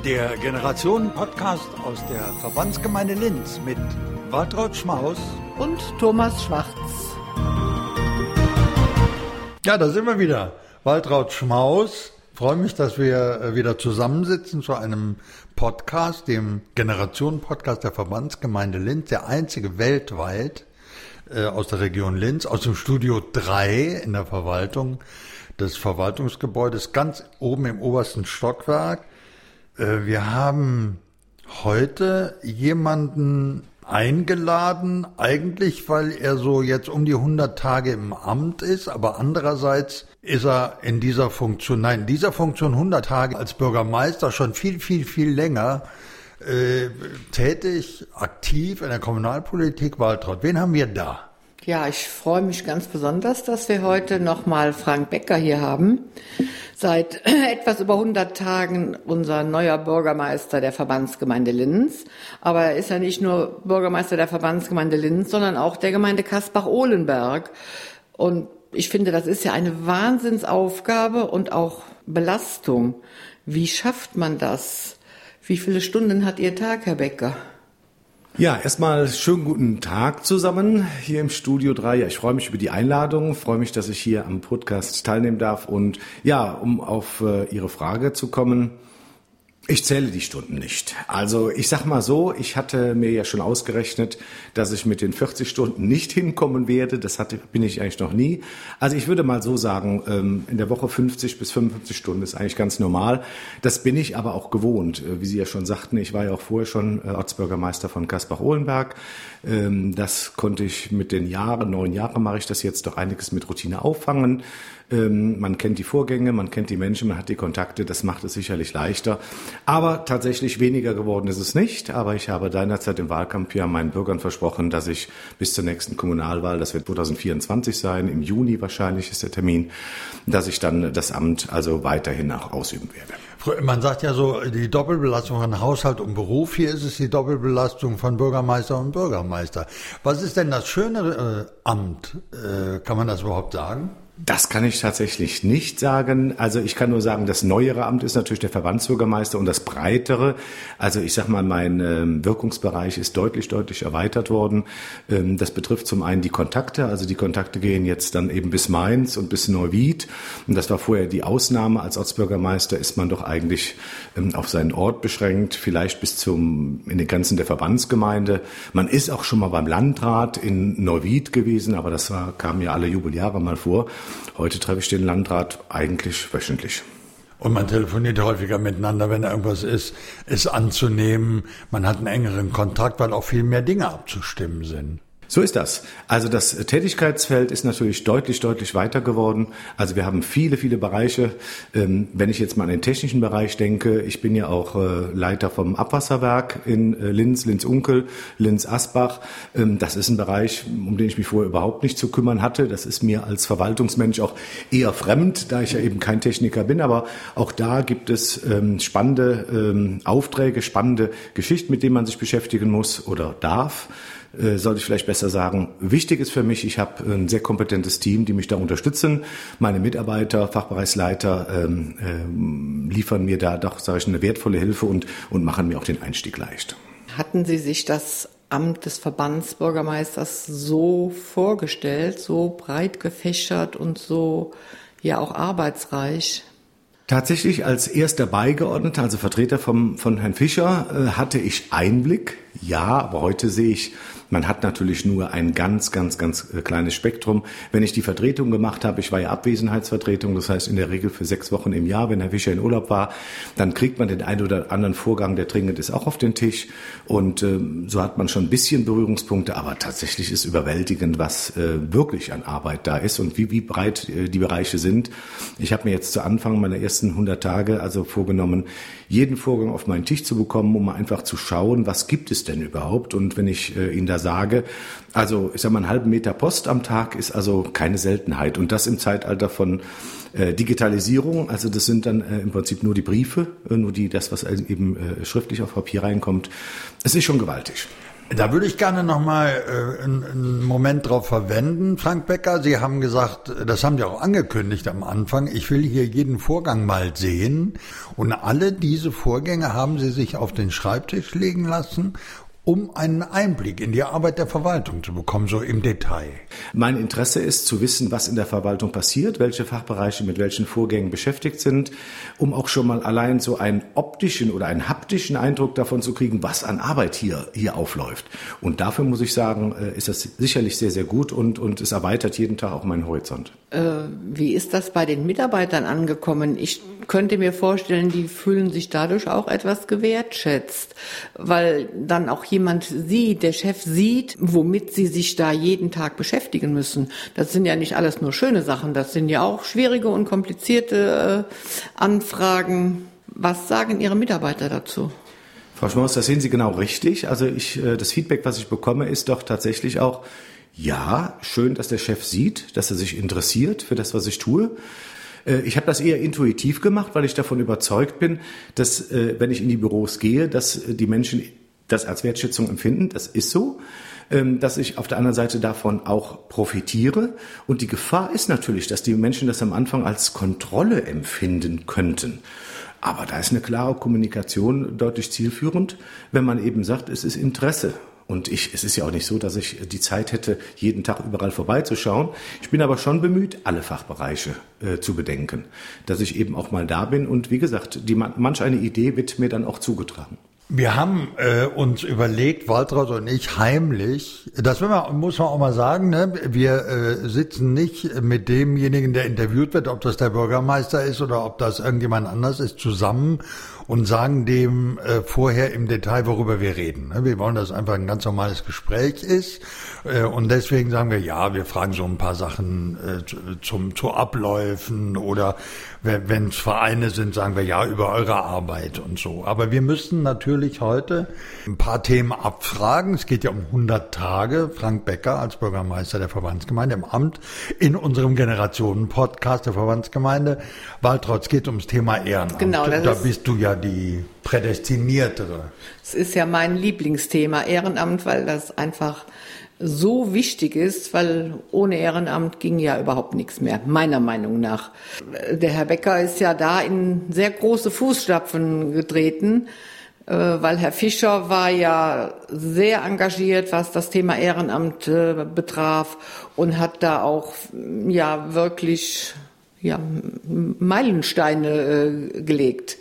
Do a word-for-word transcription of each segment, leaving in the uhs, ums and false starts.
Der Generationen-Podcast aus der Verbandsgemeinde Linz mit Waltraud Schmaus und Thomas Schwarz. Ja, da sind wir wieder. Waltraud Schmaus. Freue mich, dass wir wieder zusammensitzen zu einem Podcast, dem Generationen-Podcast der Verbandsgemeinde Linz, der einzige weltweit äh, aus der Region Linz, aus dem Studio drei in der Verwaltung des Verwaltungsgebäudes, ganz oben im obersten Stockwerk. Äh, wir haben heute jemanden eingeladen, eigentlich weil er so jetzt um die hundert Tage im Amt ist, aber andererseits ist er in dieser Funktion, nein, in dieser Funktion hundert Tage als Bürgermeister schon viel, viel, viel länger äh, tätig, aktiv in der Kommunalpolitik. Waltraud, wen haben wir da? Ja, ich freue mich ganz besonders, dass wir heute nochmal Frank Becker hier haben. Seit etwas über hundert Tagen unser neuer Bürgermeister der Verbandsgemeinde Linz. Aber er ist ja nicht nur Bürgermeister der Verbandsgemeinde Linz, sondern auch der Gemeinde Kaspach-Ohlenberg. Und ich finde, das ist ja eine Wahnsinnsaufgabe und auch Belastung. Wie schafft man das? Wie viele Stunden hat Ihr Tag, Herr Becker? Ja, erstmal schönen guten Tag zusammen hier im Studio drei. Ja, ich freue mich über die Einladung, freue mich, dass ich hier am Podcast teilnehmen darf. Und ja, um auf äh, Ihre Frage zu kommen, ich zähle die Stunden nicht. Also ich sag mal so, ich hatte mir ja schon ausgerechnet, dass ich mit den vierzig Stunden nicht hinkommen werde. Das hatte, bin ich eigentlich noch nie. Also ich würde mal so sagen, in der Woche fünfzig bis fünfundfünfzig Stunden ist eigentlich ganz normal. Das bin ich aber auch gewohnt. Wie Sie ja schon sagten, ich war ja auch vorher schon Ortsbürgermeister von Kaspach-Ohlenberg. Das konnte ich mit den Jahren, neun Jahre mache ich das jetzt, doch einiges mit Routine auffangen. Man kennt die Vorgänge, man kennt die Menschen, man hat die Kontakte, das macht es sicherlich leichter. Aber tatsächlich weniger geworden ist es nicht. Aber ich habe seinerzeit im Wahlkampf ja meinen Bürgern versprochen, dass ich bis zur nächsten Kommunalwahl, das wird zwanzig vierundzwanzig sein, im Juni wahrscheinlich ist der Termin, dass ich dann das Amt also weiterhin auch ausüben werde. Man sagt ja so, die Doppelbelastung von Haushalt und Beruf, hier ist es die Doppelbelastung von Bürgermeister und Bürgermeister. Was ist denn das schöne äh, Amt? Äh, kann man das überhaupt sagen? Das kann ich tatsächlich nicht sagen. Also ich kann nur sagen, das neuere Amt ist natürlich der Verbandsbürgermeister und das breitere. Also ich sag mal, mein ähm, Wirkungsbereich ist deutlich, deutlich erweitert worden. Ähm, das betrifft zum einen die Kontakte. Also die Kontakte gehen jetzt dann eben bis Mainz und bis Neuwied. Und das war vorher die Ausnahme. Als Ortsbürgermeister ist man doch eigentlich ähm, auf seinen Ort beschränkt, vielleicht bis zum in den Grenzen der Verbandsgemeinde. Man ist auch schon mal beim Landrat in Neuwied gewesen, aber das war, kam ja alle Jubeljahre mal vor. Heute treffe ich den Landrat eigentlich wöchentlich. Und man telefoniert häufiger miteinander, wenn irgendwas ist, ist anzunehmen. Man hat einen engeren Kontakt, weil auch viel mehr Dinge abzustimmen sind. So ist das. Also das Tätigkeitsfeld ist natürlich deutlich, deutlich weiter geworden. Also wir haben viele, viele Bereiche. Wenn ich jetzt mal an den technischen Bereich denke, ich bin ja auch Leiter vom Abwasserwerk in Linz, Linz-Unkel, Linz-Asbach. Das ist ein Bereich, um den ich mich vorher überhaupt nicht zu kümmern hatte. Das ist mir als Verwaltungsmensch auch eher fremd, da ich ja eben kein Techniker bin. Aber auch da gibt es spannende Aufträge, spannende Geschichten, mit denen man sich beschäftigen muss oder darf. Sollte ich vielleicht besser sagen. Wichtig ist für mich, ich habe ein sehr kompetentes Team, die mich da unterstützen. Meine Mitarbeiter, Fachbereichsleiter ähm, ähm, liefern mir da doch, sage ich, eine wertvolle Hilfe und, und machen mir auch den Einstieg leicht. Hatten Sie sich das Amt des Verbandsbürgermeisters so vorgestellt, so breit gefächert und so ja auch arbeitsreich? Tatsächlich als erster Beigeordneter, also Vertreter vom, von Herrn Fischer, äh, hatte ich Einblick. Ja, aber heute sehe ich, man hat natürlich nur ein ganz, ganz, ganz kleines Spektrum. Wenn ich die Vertretung gemacht habe, ich war ja Abwesenheitsvertretung, das heißt in der Regel für sechs Wochen im Jahr, wenn Herr Fischer in Urlaub war, dann kriegt man den einen oder anderen Vorgang, der dringend ist, auch auf den Tisch. Und äh, so hat man schon ein bisschen Berührungspunkte, aber tatsächlich ist überwältigend, was äh, wirklich an Arbeit da ist und wie, wie breit äh, die Bereiche sind. Ich habe mir jetzt zu Anfang meiner ersten hundert Tage also vorgenommen, jeden Vorgang auf meinen Tisch zu bekommen, um einfach zu schauen, was gibt es denn überhaupt? Und wenn ich äh, Ihnen da sage, also ich sag mal, einen halben Meter Post am Tag ist also keine Seltenheit. Und das im Zeitalter von äh, Digitalisierung. Also das sind dann äh, im Prinzip nur die Briefe, äh, nur die das, was eben äh, schriftlich auf Papier reinkommt. Es ist schon gewaltig. Da würde ich gerne nochmal äh, einen, einen Moment drauf verwenden, Frank Becker. Sie haben gesagt, das haben Sie auch angekündigt am Anfang, ich will hier jeden Vorgang mal sehen. Und alle diese Vorgänge haben Sie sich auf den Schreibtisch legen lassen, um einen Einblick in die Arbeit der Verwaltung zu bekommen, so im Detail. Mein Interesse ist zu wissen, was in der Verwaltung passiert, welche Fachbereiche mit welchen Vorgängen beschäftigt sind, um auch schon mal allein so einen optischen oder einen haptischen Eindruck davon zu kriegen, was an Arbeit hier, hier aufläuft. Und dafür muss ich sagen, ist das sicherlich sehr, sehr gut und, und es erweitert jeden Tag auch meinen Horizont. Äh, wie ist das bei den Mitarbeitern angekommen? Ich könnte mir vorstellen, die fühlen sich dadurch auch etwas gewertschätzt, weil dann auch jemand sieht, der Chef sieht, womit sie sich da jeden Tag beschäftigen müssen. Das sind ja nicht alles nur schöne Sachen, das sind ja auch schwierige und komplizierte äh, Anfragen. Was sagen Ihre Mitarbeiter dazu? Frau Schmaus, das sehen Sie genau richtig. Also ich, das Feedback, was ich bekomme, ist doch tatsächlich auch, ja, schön, dass der Chef sieht, dass er sich interessiert für das, was ich tue. Ich habe das eher intuitiv gemacht, weil ich davon überzeugt bin, dass, wenn ich in die Büros gehe, dass die Menschen das als Wertschätzung empfinden. Das ist so, dass ich auf der anderen Seite davon auch profitiere. Und die Gefahr ist natürlich, dass die Menschen das am Anfang als Kontrolle empfinden könnten. Aber da ist eine klare Kommunikation deutlich zielführend, wenn man eben sagt, es ist Interesse. Und ich, es ist ja auch nicht so, dass ich die Zeit hätte, jeden Tag überall vorbeizuschauen. Ich bin aber schon bemüht, alle Fachbereiche äh, zu bedenken, dass ich eben auch mal da bin. Und wie gesagt, die, manch eine Idee wird mir dann auch zugetragen. Wir haben äh, uns überlegt, Waltraud und ich, heimlich, das will man, muss man auch mal sagen, ne? Wir äh, sitzen nicht mit demjenigen, der interviewt wird, ob das der Bürgermeister ist oder ob das irgendjemand anders ist, zusammen und sagen dem äh, vorher im Detail, worüber wir reden. Ne? Wir wollen, dass es einfach ein ganz normales Gespräch ist äh, und deswegen sagen wir, ja, wir fragen so ein paar Sachen äh, zum zu Abläufen oder wenn es Vereine sind, sagen wir ja über eure Arbeit und so. Aber wir müssen natürlich heute ein paar Themen abfragen. Es geht ja um hundert Tage. Frank Becker als Bürgermeister der Verbandsgemeinde im Amt in unserem Generationen-Podcast der Verbandsgemeinde. Waltraud, es geht ums Thema Ehrenamt. Genau, das da bist du ja die Prädestiniertere. Es ist ja mein Lieblingsthema Ehrenamt, weil das einfach so wichtig ist, weil ohne Ehrenamt ging ja überhaupt nichts mehr, meiner Meinung nach. Der Herr Becker ist ja da in sehr große Fußstapfen getreten, weil Herr Fischer war ja sehr engagiert, was das Thema Ehrenamt betraf und hat da auch ja wirklich ja, Meilensteine gelegt.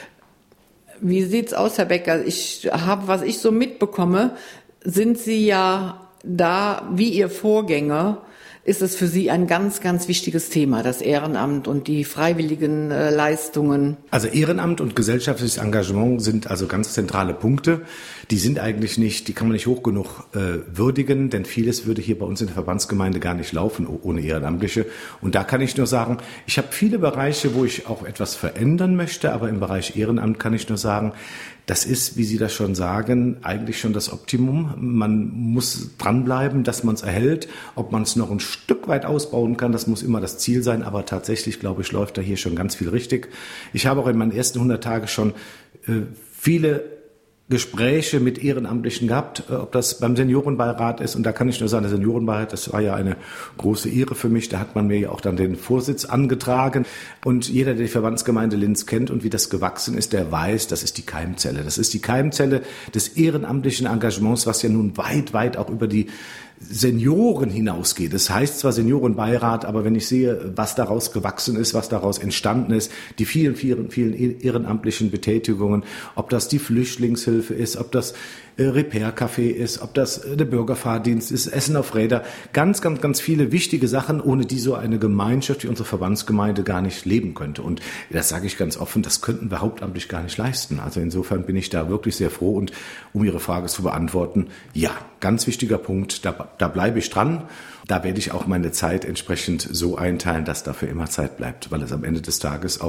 Wie sieht's aus, Herr Becker? Ich habe, was ich so mitbekomme, sind Sie ja da, wie Ihr Vorgänger, ist es für Sie ein ganz, ganz wichtiges Thema, das Ehrenamt und die freiwilligen äh, Leistungen. Also Ehrenamt und gesellschaftliches Engagement sind also ganz zentrale Punkte. Die sind eigentlich nicht, die kann man nicht hoch genug äh, würdigen, denn vieles würde hier bei uns in der Verbandsgemeinde gar nicht laufen ohne Ehrenamtliche. Und da kann ich nur sagen, ich habe viele Bereiche, wo ich auch etwas verändern möchte, aber im Bereich Ehrenamt kann ich nur sagen, das ist, wie Sie das schon sagen, eigentlich schon das Optimum. Man muss dranbleiben, dass man es erhält. Ob man es noch ein Stück weit ausbauen kann, das muss immer das Ziel sein. Aber tatsächlich, glaube ich, läuft da hier schon ganz viel richtig. Ich habe auch in meinen ersten hundert Tagen schon äh, viele Gespräche mit Ehrenamtlichen gehabt, ob das beim Seniorenbeirat ist. Und da kann ich nur sagen, der Seniorenbeirat, das war ja eine große Ehre für mich. Da hat man mir ja auch dann den Vorsitz angetragen. Und jeder, der die Verbandsgemeinde Linz kennt und wie das gewachsen ist, der weiß, das ist die Keimzelle. Das ist die Keimzelle des ehrenamtlichen Engagements, was ja nun weit, weit auch über die Senioren hinausgeht. Das heißt zwar Seniorenbeirat, aber wenn ich sehe, was daraus gewachsen ist, was daraus entstanden ist, die vielen, vielen, vielen ehrenamtlichen Betätigungen, ob das die Flüchtlingshilfe ist, ob das Repair-Café ist, ob das der Bürgerfahrdienst ist, Essen auf Räder, ganz, ganz, ganz viele wichtige Sachen, ohne die so eine Gemeinschaft wie unsere Verbandsgemeinde gar nicht leben könnte. Und das sage ich ganz offen, das könnten wir hauptamtlich gar nicht leisten. Also insofern bin ich da wirklich sehr froh. Und um Ihre Frage zu beantworten, ja, ganz wichtiger Punkt, da, da bleibe ich dran. Da werde ich auch meine Zeit entsprechend so einteilen, dass dafür immer Zeit bleibt, weil es am Ende des Tages auch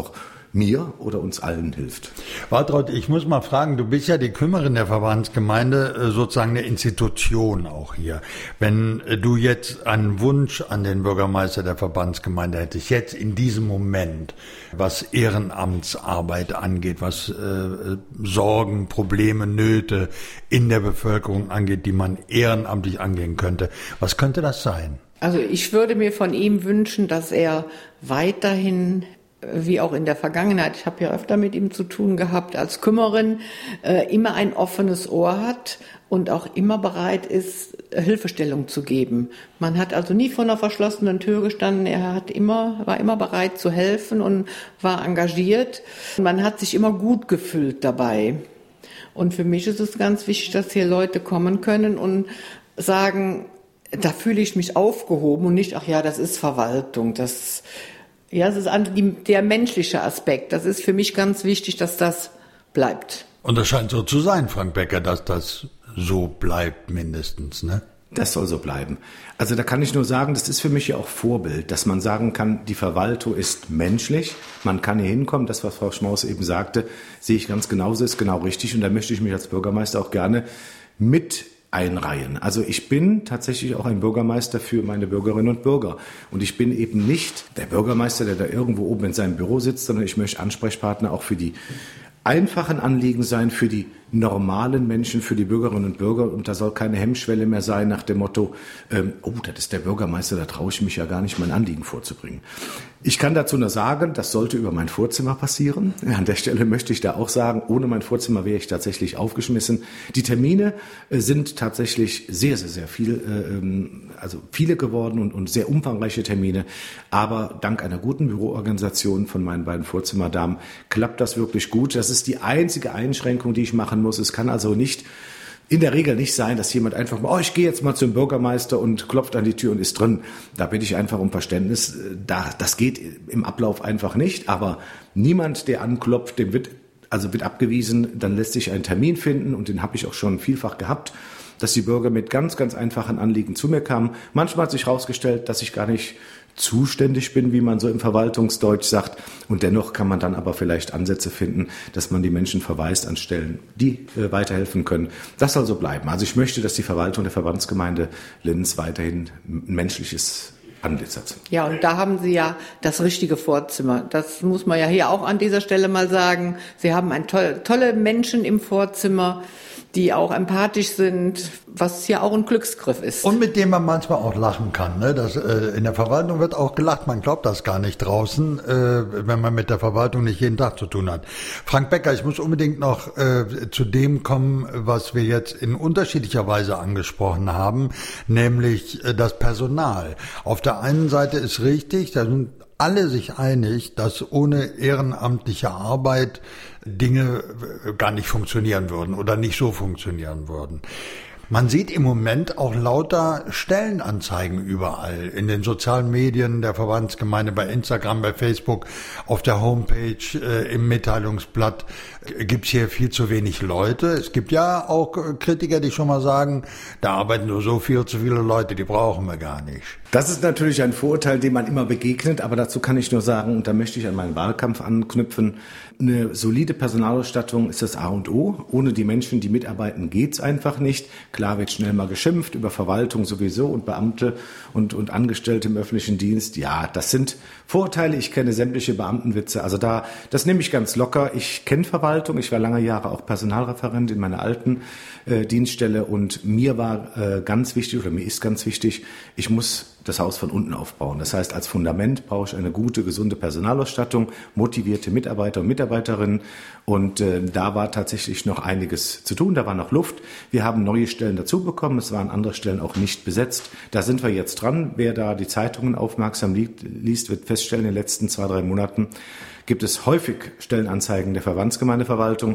mir oder uns allen hilft. Waltraud, ich muss mal fragen, du bist ja die Kümmerin der Verbandsgemeinde, sozusagen eine Institution auch hier. Wenn du jetzt einen Wunsch an den Bürgermeister der Verbandsgemeinde hättest, jetzt in diesem Moment, was Ehrenamtsarbeit angeht, was äh, Sorgen, Probleme, Nöte in der Bevölkerung angeht, die man ehrenamtlich angehen könnte, was könnte das sein? Also ich würde mir von ihm wünschen, dass er weiterhin, wie auch in der Vergangenheit, ich habe ja öfter mit ihm zu tun gehabt als Kümmerin, äh, immer ein offenes Ohr hat und auch immer bereit ist, Hilfestellung zu geben. Man hat also nie vor einer verschlossenen Tür gestanden, er hat immer, war immer bereit zu helfen und war engagiert. Man hat sich immer gut gefühlt dabei. Und für mich ist es ganz wichtig, dass hier Leute kommen können und sagen, da fühle ich mich aufgehoben und nicht, ach ja, das ist Verwaltung, das Ja, es ist der menschliche Aspekt. Das ist für mich ganz wichtig, dass das bleibt. Und das scheint so zu sein, Frank Becker, dass das so bleibt mindestens, ne? Das soll so bleiben. Also da kann ich nur sagen, das ist für mich ja auch Vorbild, dass man sagen kann, die Verwaltung ist menschlich. Man kann hier hinkommen, das, was Frau Schmaus eben sagte, sehe ich ganz genauso, ist genau richtig. Und da möchte ich mich als Bürgermeister auch gerne mit einreihen. Also ich bin tatsächlich auch ein Bürgermeister für meine Bürgerinnen und Bürger. Und ich bin eben nicht der Bürgermeister, der da irgendwo oben in seinem Büro sitzt, sondern ich möchte Ansprechpartner auch für die einfachen Anliegen sein, für die normalen Menschen, für die Bürgerinnen und Bürger. Und da soll keine Hemmschwelle mehr sein nach dem Motto, ähm, oh, das ist der Bürgermeister, da traue ich mich ja gar nicht, mein Anliegen vorzubringen. Ich kann dazu nur sagen, das sollte über mein Vorzimmer passieren. An der Stelle möchte ich da auch sagen, ohne mein Vorzimmer wäre ich tatsächlich aufgeschmissen. Die Termine äh, sind tatsächlich sehr, sehr, sehr viel, äh, also viele geworden und, und sehr umfangreiche Termine. Aber dank einer guten Büroorganisation von meinen beiden Vorzimmerdamen klappt das wirklich gut. Das ist die einzige Einschränkung, die ich machen muss. Es kann also nicht in der Regel nicht sein, dass jemand einfach mal, oh, ich gehe jetzt mal zum Bürgermeister und klopft an die Tür und ist drin. Da bitte ich einfach um Verständnis. Da, das geht im Ablauf einfach nicht. Aber niemand, der anklopft, dem wird, also wird abgewiesen, dann lässt sich ein Termin finden und den habe ich auch schon vielfach gehabt, dass die Bürger mit ganz, ganz einfachen Anliegen zu mir kamen. Manchmal hat sich herausgestellt, dass ich gar nicht zuständig bin, wie man so im Verwaltungsdeutsch sagt. Und dennoch kann man dann aber vielleicht Ansätze finden, dass man die Menschen verweist an Stellen, die äh, weiterhelfen können. Das soll so bleiben. Also ich möchte, dass die Verwaltung der Verbandsgemeinde Linz weiterhin ein menschliches Antlitz hat. Ja, und da haben Sie ja das richtige Vorzimmer. Das muss man ja hier auch an dieser Stelle mal sagen. Sie haben ein toll, tolle Menschen im Vorzimmer, die auch empathisch sind, was ja auch ein Glücksgriff ist. Und mit dem man manchmal auch lachen kann. Ne? Das, äh, in der Verwaltung wird auch gelacht, man glaubt das gar nicht draußen, äh, wenn man mit der Verwaltung nicht jeden Tag zu tun hat. Frank Becker, ich muss unbedingt noch äh, zu dem kommen, was wir jetzt in unterschiedlicher Weise angesprochen haben, nämlich äh, das Personal. Auf der einen Seite ist richtig, da sind alle sich einig, dass ohne ehrenamtliche Arbeit Dinge gar nicht funktionieren würden oder nicht so funktionieren würden. Man sieht im Moment auch lauter Stellenanzeigen überall, in den sozialen Medien der Verbandsgemeinde, bei Instagram, bei Facebook, auf der Homepage, äh, im Mitteilungsblatt gibt's hier viel zu wenig Leute. Es gibt ja auch Kritiker, die schon mal sagen, da arbeiten nur so viel zu viele Leute, die brauchen wir gar nicht. Das ist natürlich ein Vorurteil, dem man immer begegnet, aber dazu kann ich nur sagen, und da möchte ich an meinen Wahlkampf anknüpfen, eine solide Personalausstattung ist das A und O. Ohne die Menschen, die mitarbeiten, geht's einfach nicht. Klar wird schnell mal geschimpft, über Verwaltung sowieso und Beamte und, und Angestellte im öffentlichen Dienst. Ja, das sind Vorurteile. Ich kenne sämtliche Beamtenwitze. Also da, das nehme ich ganz locker. Ich kenne Verwaltung. Ich war lange Jahre auch Personalreferent in meiner alten äh, Dienststelle und mir war äh, ganz wichtig oder mir ist ganz wichtig, ich muss das Haus von unten aufbauen. Das heißt, als Fundament brauche ich eine gute, gesunde Personalausstattung, motivierte Mitarbeiter und Mitarbeiterinnen. Und äh, da war tatsächlich noch einiges zu tun. Da war noch Luft. Wir haben neue Stellen dazu bekommen. Es waren andere Stellen auch nicht besetzt. Da sind wir jetzt dran. Wer da die Zeitungen aufmerksam liest, liest wird feststellen, in den letzten zwei, drei Monaten gibt es häufig Stellenanzeigen der Verbandsgemeindeverwaltung.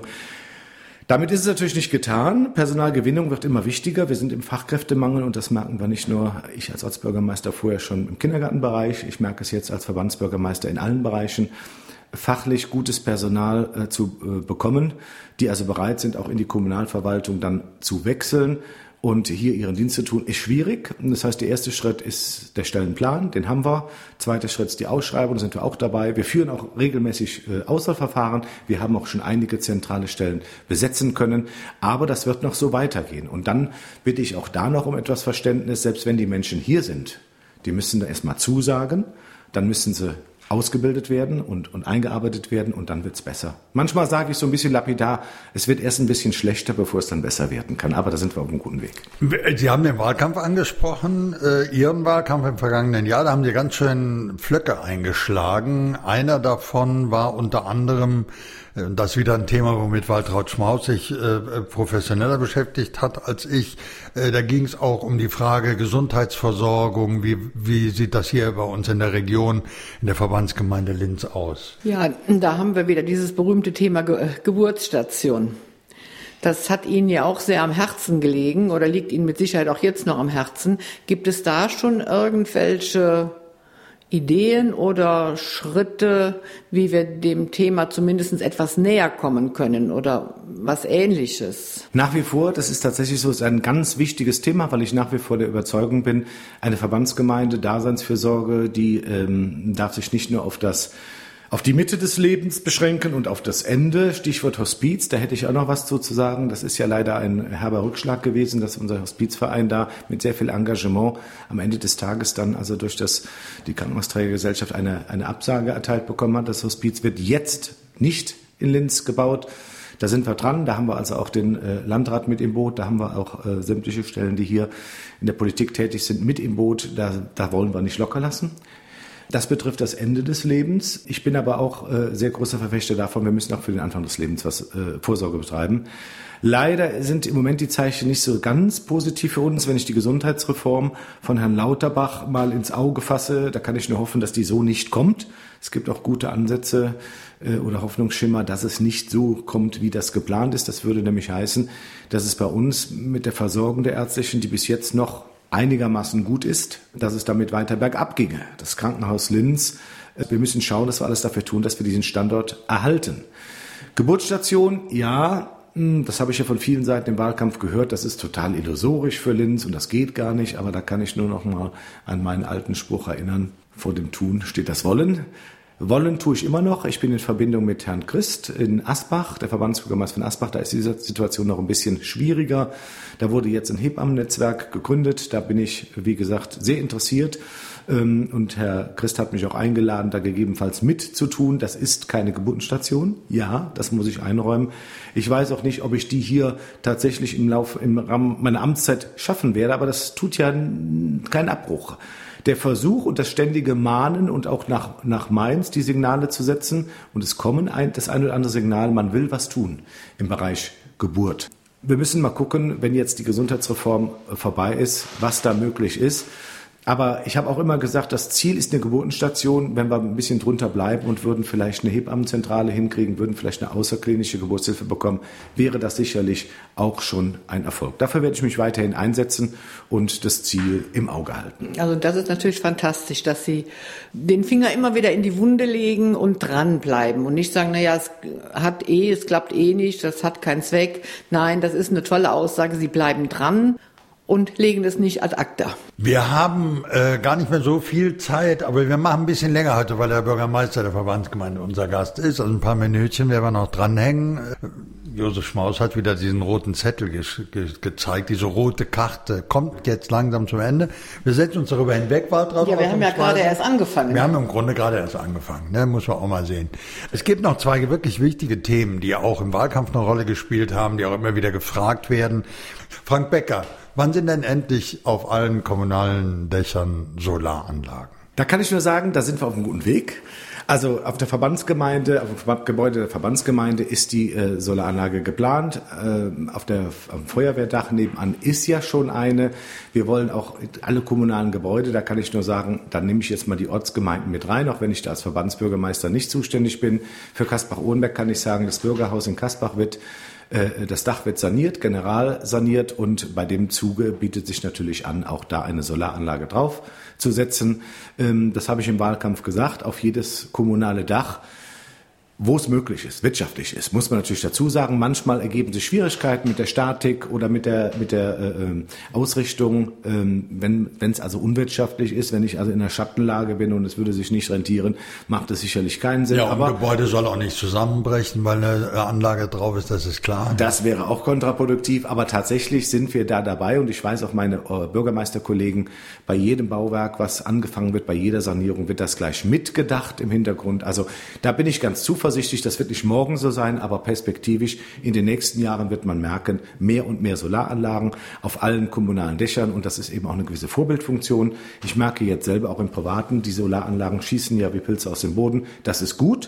Damit ist es natürlich nicht getan. Personalgewinnung wird immer wichtiger. Wir sind im Fachkräftemangel und das merken wir nicht nur ich als Ortsbürgermeister vorher schon im Kindergartenbereich. Ich merke es jetzt als Verbandsbürgermeister in allen Bereichen, fachlich gutes Personal äh, zu äh, bekommen, die also bereit sind, auch in die Kommunalverwaltung dann zu wechseln. und hier ihren Dienst zu tun, ist schwierig. Und das heißt, der erste Schritt ist der Stellenplan, den haben wir. Zweiter Schritt ist die Ausschreibung, da sind wir auch dabei. Wir führen auch regelmäßig äh, Auswahlverfahren. Wir haben auch schon einige zentrale Stellen besetzen können. Aber das wird noch so weitergehen. Und dann bitte ich auch da noch um etwas Verständnis, selbst wenn die Menschen hier sind. Die müssen da erstmal zusagen, dann müssen sie ausgebildet werden und, und eingearbeitet werden und dann wird's besser. Manchmal sage ich so ein bisschen lapidar, es wird erst ein bisschen schlechter, bevor es dann besser werden kann. Aber da sind wir auf einem guten Weg. Sie haben den Wahlkampf angesprochen, äh, Ihren Wahlkampf im vergangenen Jahr. Da haben Sie ganz schön Pflöcke eingeschlagen. Einer davon war unter anderem, äh, das ist wieder ein Thema, womit Waltraud Schmaus sich äh, professioneller beschäftigt hat als ich. Äh, da ging es auch um die Frage Gesundheitsversorgung. Wie, wie sieht das hier bei uns in der Region, in der Verbandsgemeinde Linz aus? Ja, da haben wir wieder dieses berühmte Thema Ge- Geburtsstation. Das hat Ihnen ja auch sehr am Herzen gelegen oder liegt Ihnen mit Sicherheit auch jetzt noch am Herzen. Gibt es da schon irgendwelche Ideen oder Schritte, wie wir dem Thema zumindest etwas näher kommen können oder was Ähnliches? Nach wie vor, das ist tatsächlich so, ist ein ganz wichtiges Thema, weil ich nach wie vor der Überzeugung bin, eine Verbandsgemeinde, Daseinsfürsorge, die ähm, darf sich nicht nur auf das auf die Mitte des Lebens beschränken und auf das Ende, Stichwort Hospiz, da hätte ich auch noch was zu sagen. Das ist ja leider ein herber Rückschlag gewesen, dass unser Hospizverein da mit sehr viel Engagement am Ende des Tages dann also durch das, die Krankenhausträgergesellschaft eine, eine Absage erteilt bekommen hat. Das Hospiz wird jetzt nicht in Linz gebaut. Da sind wir dran, da haben wir also auch den äh, Landrat mit im Boot, da haben wir auch äh, sämtliche Stellen, die hier in der Politik tätig sind, mit im Boot. Da, da wollen wir nicht locker lassen. Das betrifft das Ende des Lebens. Ich bin aber auch äh, sehr großer Verfechter davon, wir müssen auch für den Anfang des Lebens was äh, Vorsorge betreiben. Leider sind im Moment die Zeichen nicht so ganz positiv für uns. Wenn ich die Gesundheitsreform von Herrn Lauterbach mal ins Auge fasse, da kann ich nur hoffen, dass die so nicht kommt. Es gibt auch gute Ansätze äh, oder Hoffnungsschimmer, dass es nicht so kommt, wie das geplant ist. Das würde nämlich heißen, dass es bei uns mit der Versorgung der Ärztlichen, die bis jetzt noch einigermaßen gut ist, dass es damit weiter bergab ginge. Das Krankenhaus Linz, wir müssen schauen, dass wir alles dafür tun, dass wir diesen Standort erhalten. Geburtsstation, ja, das habe ich ja von vielen Seiten im Wahlkampf gehört, das ist total illusorisch für Linz und das geht gar nicht, aber da kann ich nur noch mal an meinen alten Spruch erinnern, vor dem Tun steht das Wollen. Wollen tue ich immer noch. Ich bin in Verbindung mit Herrn Christ in Asbach, der Verbandsbürgermeister von Asbach. Da ist die Situation noch ein bisschen schwieriger. Da wurde jetzt ein Hebammennetzwerk gegründet. Da bin ich, wie gesagt, sehr interessiert. Und Herr Christ hat mich auch eingeladen, da gegebenenfalls mitzutun. Das ist keine Geburtenstation. Ja, das muss ich einräumen. Ich weiß auch nicht, ob ich die hier tatsächlich im Laufe, im Rahmen meiner Amtszeit schaffen werde. Aber das tut ja keinen Abbruch. Der Versuch und das ständige Mahnen und auch nach, nach Mainz die Signale zu setzen. Und es kommen ein, das ein oder andere Signal, man will was tun im Bereich Geburt. Wir müssen mal gucken, wenn jetzt die Gesundheitsreform vorbei ist, was da möglich ist. Aber ich habe auch immer gesagt, das Ziel ist eine Geburtenstation. Wenn wir ein bisschen drunter bleiben und würden vielleicht eine Hebammenzentrale hinkriegen, würden vielleicht eine außerklinische Geburtshilfe bekommen, wäre das sicherlich auch schon ein Erfolg. Dafür werde ich mich weiterhin einsetzen und das Ziel im Auge halten. Also das ist natürlich fantastisch, dass Sie den Finger immer wieder in die Wunde legen und dranbleiben und nicht sagen, naja, es hat eh, es klappt eh nicht, das hat keinen Zweck. Nein, das ist eine tolle Aussage. Sie bleiben dran und legen es nicht ad acta. Wir haben äh, gar nicht mehr so viel Zeit, aber wir machen ein bisschen länger heute, weil der Bürgermeister der Verbandsgemeinde unser Gast ist. Also ein paar Minütchen werden wir noch dranhängen. Josef Schmaus hat wieder diesen roten Zettel ge- ge- gezeigt, diese rote Karte kommt jetzt langsam zum Ende. Wir setzen uns darüber hinweg, Waltraud. Ja, wir haben ja gerade erst angefangen. Wir haben im Grunde gerade erst angefangen, ne? Muss man auch mal sehen. Es gibt noch zwei wirklich wichtige Themen, die auch im Wahlkampf eine Rolle gespielt haben, die auch immer wieder gefragt werden. Frank Becker, wann sind denn endlich auf allen kommunalen Dächern Solaranlagen? Da kann ich nur sagen, da sind wir auf einem guten Weg. Also auf der Verbandsgemeinde, auf dem Gebäude der Verbandsgemeinde ist die äh, Solaranlage geplant. Äh, auf der am Feuerwehrdach nebenan ist ja schon eine. Wir wollen auch alle kommunalen Gebäude, da kann ich nur sagen, da nehme ich jetzt mal die Ortsgemeinden mit rein, auch wenn ich da als Verbandsbürgermeister nicht zuständig bin. Für Kaspach-Ohrenberg kann ich sagen, das Bürgerhaus in Kaspach wird das Dach wird saniert, general saniert und bei dem Zuge bietet sich natürlich an, auch da eine Solaranlage drauf zu setzen. Das habe ich im Wahlkampf gesagt, auf jedes kommunale Dach. wo es möglich ist, wirtschaftlich ist, muss man natürlich dazu sagen. Manchmal ergeben sich Schwierigkeiten mit der Statik oder mit der mit der äh, Ausrichtung, ähm, wenn wenn es also unwirtschaftlich ist, wenn ich also in einer Schattenlage bin und es würde sich nicht rentieren, macht es sicherlich keinen Sinn. Ja, aber ein Gebäude soll auch nicht zusammenbrechen, weil eine Anlage drauf ist, das ist klar. Das wäre auch kontraproduktiv, aber tatsächlich sind wir da dabei und ich weiß auch meine äh, Bürgermeisterkollegen, bei jedem Bauwerk, was angefangen wird, bei jeder Sanierung wird das gleich mitgedacht im Hintergrund. Also da bin ich ganz zuversichtlich. Zuversichtlich, das wird nicht morgen so sein, aber perspektivisch in den nächsten Jahren wird man merken, mehr und mehr Solaranlagen auf allen kommunalen Dächern und das ist eben auch eine gewisse Vorbildfunktion. Ich merke jetzt selber auch im Privaten, die Solaranlagen schießen ja wie Pilze aus dem Boden. Das ist gut.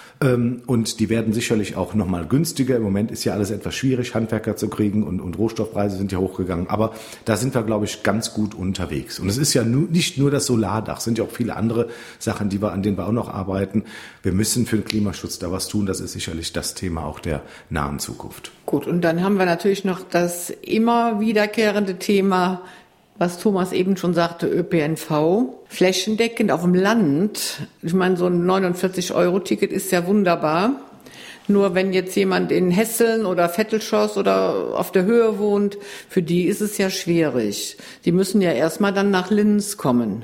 Und die werden sicherlich auch nochmal günstiger. Im Moment ist ja alles etwas schwierig, Handwerker zu kriegen und, und Rohstoffpreise sind ja hochgegangen. Aber da sind wir, glaube ich, ganz gut unterwegs. Und es ist ja nu, nicht nur das Solardach, es sind ja auch viele andere Sachen, die wir, an denen wir auch noch arbeiten. Wir müssen für den Klimaschutz da was tun. Das ist sicherlich das Thema auch der nahen Zukunft. Gut, und dann haben wir natürlich noch das immer wiederkehrende Thema, was Thomas eben schon sagte, Ö P N V, flächendeckend auf dem Land. Ich meine, so ein neunundvierzig Euro Ticket ist ja wunderbar. Nur wenn jetzt jemand in Hesseln oder Vettelschoss oder auf der Höhe wohnt, für die ist es ja schwierig. Die müssen ja erstmal dann nach Linz kommen.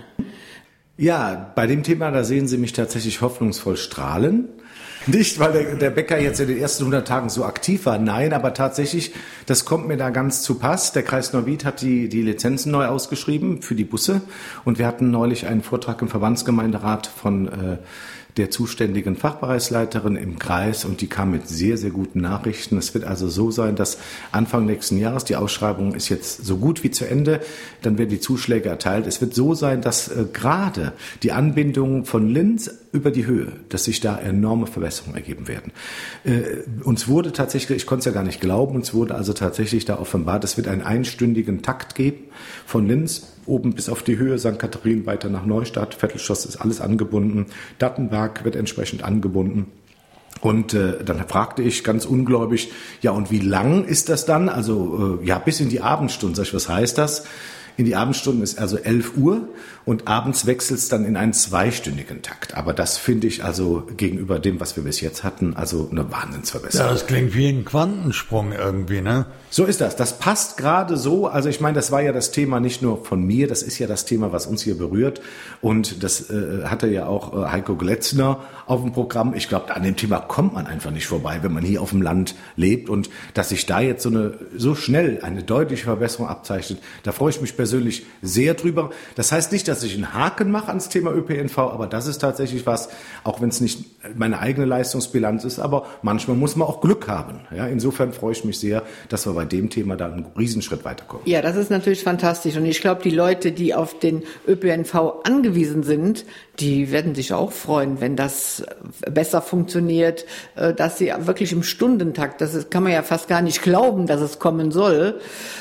Ja, bei dem Thema, da sehen Sie mich tatsächlich hoffnungsvoll strahlen. Nicht, weil der, der Bäcker jetzt in den ersten hundert Tagen so aktiv war, nein, aber tatsächlich, das kommt mir da ganz zu Pass. Der Kreis Neuwied hat die, die Lizenzen neu ausgeschrieben für die Busse und wir hatten neulich einen Vortrag im Verbandsgemeinderat von äh, der zuständigen Fachbereichsleiterin im Kreis und die kam mit sehr, sehr guten Nachrichten. Es wird also so sein, dass Anfang nächsten Jahres, die Ausschreibung ist jetzt so gut wie zu Ende, dann werden die Zuschläge erteilt. Es wird so sein, dass äh, gerade die Anbindung von Linz über die Höhe, dass sich da enorme Verbesserungen ergeben werden. Äh, uns wurde tatsächlich, ich konnte es ja gar nicht glauben, uns wurde also tatsächlich da offenbart, es wird einen einstündigen Takt geben von Linz oben bis auf die Höhe, Sankt Katharin weiter nach Neustadt, Vettelschoss ist alles angebunden, Dattenberg wird entsprechend angebunden. Und äh, dann fragte ich ganz ungläubig, ja und wie lang ist das dann? Also äh, ja, bis in die Abendstunden. Sag ich, was heißt das? In die Abendstunden ist also elf Uhr und abends wechselt es dann in einen zweistündigen Takt. Aber das finde ich also gegenüber dem, was wir bis jetzt hatten, also eine Wahnsinnsverbesserung. Ja, das klingt wie ein Quantensprung irgendwie, ne? So ist das. Das passt gerade so. Also ich meine, das war ja das Thema nicht nur von mir, das ist ja das Thema, was uns hier berührt. Und das äh, hatte ja auch äh, Heiko Gletzner auf dem Programm. Ich glaube, an dem Thema kommt man einfach nicht vorbei, wenn man hier auf dem Land lebt. Und dass sich da jetzt so eine so schnell eine deutliche Verbesserung abzeichnet, da freue ich mich persönlich sehr drüber. Das heißt nicht, dass ich einen Haken mache ans Thema Ö P N V, aber das ist tatsächlich was, auch wenn es nicht meine eigene Leistungsbilanz ist, aber manchmal muss man auch Glück haben. Ja, insofern freue ich mich sehr, dass wir bei dem Thema da einen Riesenschritt weiterkommen. Ja, das ist natürlich fantastisch. Und ich glaube, die Leute, die auf den Ö P N V angewiesen sind, die werden sich auch freuen, wenn das besser funktioniert, dass sie wirklich im Stundentakt, das ist, kann man ja fast gar nicht glauben, dass es kommen soll.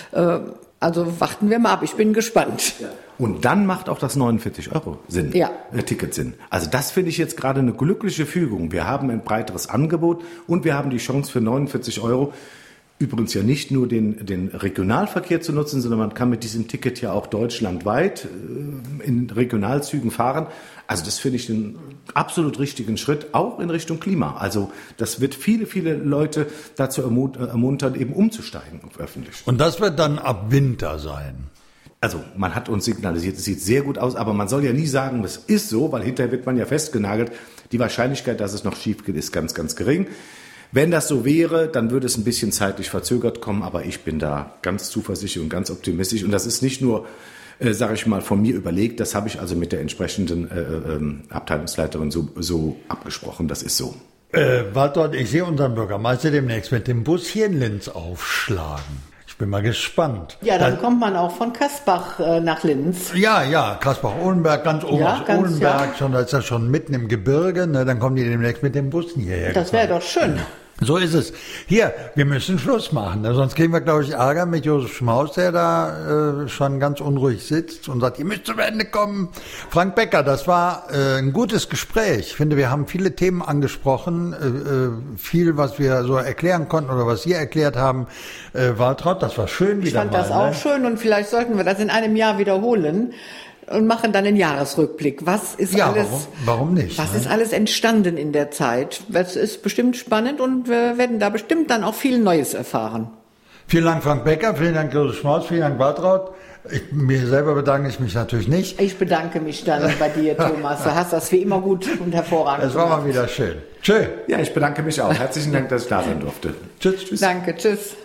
Also warten wir mal ab, ich bin gespannt. Und dann macht auch das neunundvierzig Euro Sinn, ja. äh, Ticket Sinn. Also das finde ich jetzt gerade eine glückliche Fügung. Wir haben ein breiteres Angebot und wir haben die Chance für neunundvierzig Euro übrigens ja nicht nur den, den Regionalverkehr zu nutzen, sondern man kann mit diesem Ticket ja auch deutschlandweit äh, in Regionalzügen fahren. Also das finde ich einen absolut richtigen Schritt, auch in Richtung Klima. Also das wird viele, viele Leute dazu ermuntern, eben umzusteigen auf öffentlich. Und das wird dann ab Winter sein? Also man hat uns signalisiert, es sieht sehr gut aus, aber man soll ja nie sagen, das ist so, weil hinterher wird man ja festgenagelt. Die Wahrscheinlichkeit, dass es noch schief geht, ist ganz, ganz gering. Wenn das so wäre, dann würde es ein bisschen zeitlich verzögert kommen, aber ich bin da ganz zuversichtlich und ganz optimistisch. Und das ist nicht nur, äh, sage ich mal, von mir überlegt, das habe ich also mit der entsprechenden äh, äh, Abteilungsleiterin so, so abgesprochen, das ist so. Äh, Waltraud, ich sehe unseren Bürgermeister demnächst mit dem Bus hier in Linz aufschlagen. Ich bin mal gespannt. Ja, dann, dann kommt man auch von Kasbach äh, nach Linz. Ja, ja, Kasbach-Ohlenberg, ganz oben ja, aus ganz, Ohlenberg, ja. schon, da ist das schon mitten im Gebirge, ne, dann kommen die demnächst mit dem Bus hierher. Das wäre doch schön. So ist es. Hier, wir müssen Schluss machen, ne? Sonst kriegen wir, glaube ich, Ärger mit Josef Schmaus, der da äh, schon ganz unruhig sitzt und sagt, ihr müsst zum Ende kommen. Frank Becker, das war äh, ein gutes Gespräch. Ich finde, wir haben viele Themen angesprochen, äh, viel, was wir so erklären konnten oder was Sie erklärt haben. Äh, Waltraud, das war schön wieder Ich fand mal, das auch ne? schön und vielleicht sollten wir das in einem Jahr wiederholen. und machen dann einen Jahresrückblick. Was ist Ja, alles, warum, warum nicht? was ne? ist alles entstanden in der Zeit? Das ist bestimmt spannend und wir werden da bestimmt dann auch viel Neues erfahren. Vielen Dank, Frank Becker, vielen Dank, Josef Schmaus, vielen Dank, Waltraud. Ich, mir selber bedanke ich mich natürlich nicht. Ich bedanke mich dann bei dir, Thomas. Du hast das wie immer gut und hervorragend Es war gemacht. mal wieder schön. Tschö. Ja, ich bedanke mich auch. Herzlichen Dank, dass ich da sein durfte. Tschüss. Tschüss. Danke, tschüss.